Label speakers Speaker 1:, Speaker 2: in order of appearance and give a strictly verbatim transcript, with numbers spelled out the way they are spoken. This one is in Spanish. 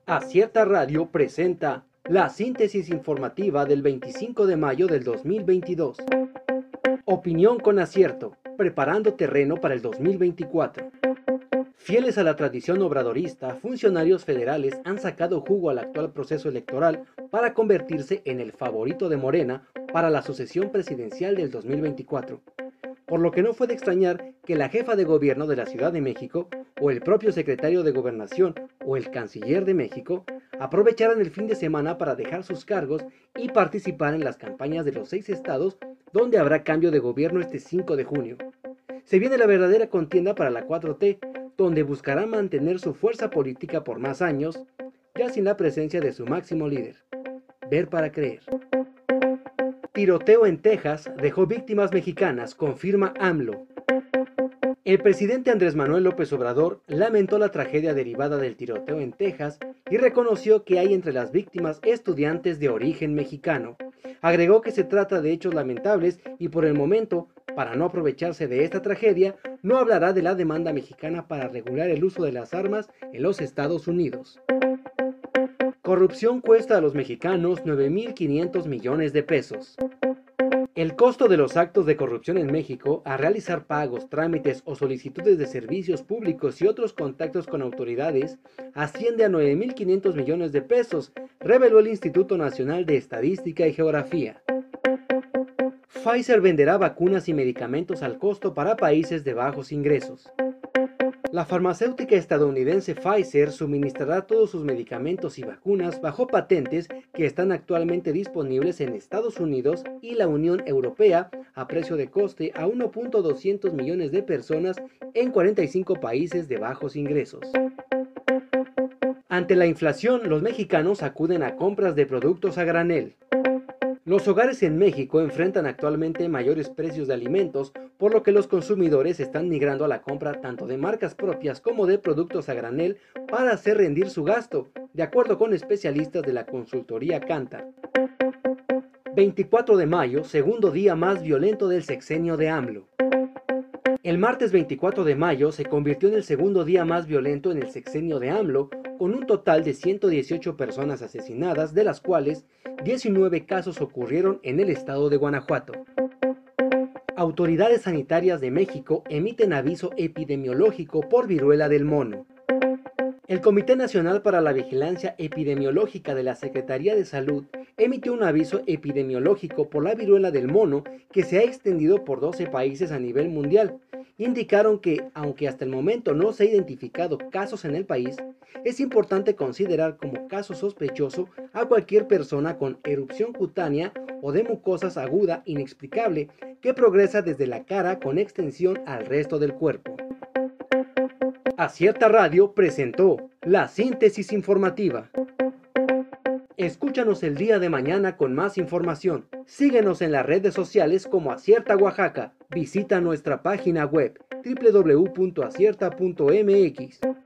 Speaker 1: Acierta Radio presenta la síntesis informativa del veinticinco de mayo del dos mil veintidós. Opinión con acierto, preparando terreno para el dos mil veinticuatro. Fieles a la tradición obradorista, funcionarios federales han sacado jugo al actual proceso electoral para convertirse en el favorito de Morena para la sucesión presidencial del dos mil veinticuatro. Por lo que no fue de extrañar que la jefa de gobierno de la Ciudad de México, o el propio secretario de Gobernación, o el canciller de México, aprovecharan el fin de semana para dejar sus cargos y participar en las campañas de los seis estados donde habrá cambio de gobierno este cinco de junio. Se viene la verdadera contienda para la cuatro T, donde buscarán mantener su fuerza política por más años, ya sin la presencia de su máximo líder. Ver para creer. Tiroteo en Texas dejó víctimas mexicanas, confirma AMLO. El presidente Andrés Manuel López Obrador lamentó la tragedia derivada del tiroteo en Texas y reconoció que hay entre las víctimas estudiantes de origen mexicano. Agregó que se trata de hechos lamentables y por el momento, para no aprovecharse de esta tragedia, no hablará de la demanda mexicana para regular el uso de las armas en los Estados Unidos. Corrupción cuesta a los mexicanos nueve mil quinientos millones de pesos. El costo de los actos de corrupción en México a realizar pagos, trámites o solicitudes de servicios públicos y otros contactos con autoridades asciende a nueve mil quinientos millones de pesos, reveló el Instituto Nacional de Estadística y Geografía. Pfizer venderá vacunas y medicamentos al costo para países de bajos ingresos. La farmacéutica estadounidense Pfizer suministrará todos sus medicamentos y vacunas bajo patentes que están actualmente disponibles en Estados Unidos y la Unión Europea a precio de coste a uno punto doscientos millones de personas en cuarenta y cinco países de bajos ingresos. Ante la inflación, los mexicanos acuden a compras de productos a granel. Los hogares en México enfrentan actualmente mayores precios de alimentos, por lo que los consumidores están migrando a la compra tanto de marcas propias como de productos a granel para hacer rendir su gasto, de acuerdo con especialistas de la consultoría Kantar. veinticuatro de mayo, segundo día más violento del sexenio de AMLO. El martes veinticuatro de mayo se convirtió en el segundo día más violento en el sexenio de AMLO, con un total de ciento dieciocho personas asesinadas, de las cuales diecinueve casos ocurrieron en el estado de Guanajuato. Autoridades sanitarias de México emiten aviso epidemiológico por viruela del mono. El Comité Nacional para la Vigilancia Epidemiológica de la Secretaría de Salud emitió un aviso epidemiológico por la viruela del mono que se ha extendido por doce países a nivel mundial. Indicaron que, aunque hasta el momento no se han identificado casos en el país, es importante considerar como caso sospechoso a cualquier persona con erupción cutánea o de mucosas aguda inexplicable que progresa desde la cara con extensión al resto del cuerpo. Acierta Radio presentó la síntesis informativa. Escúchanos el día de mañana con más información. Síguenos en las redes sociales como Acierta Oaxaca. Visita nuestra página web doble u doble u doble u punto acierta punto m x.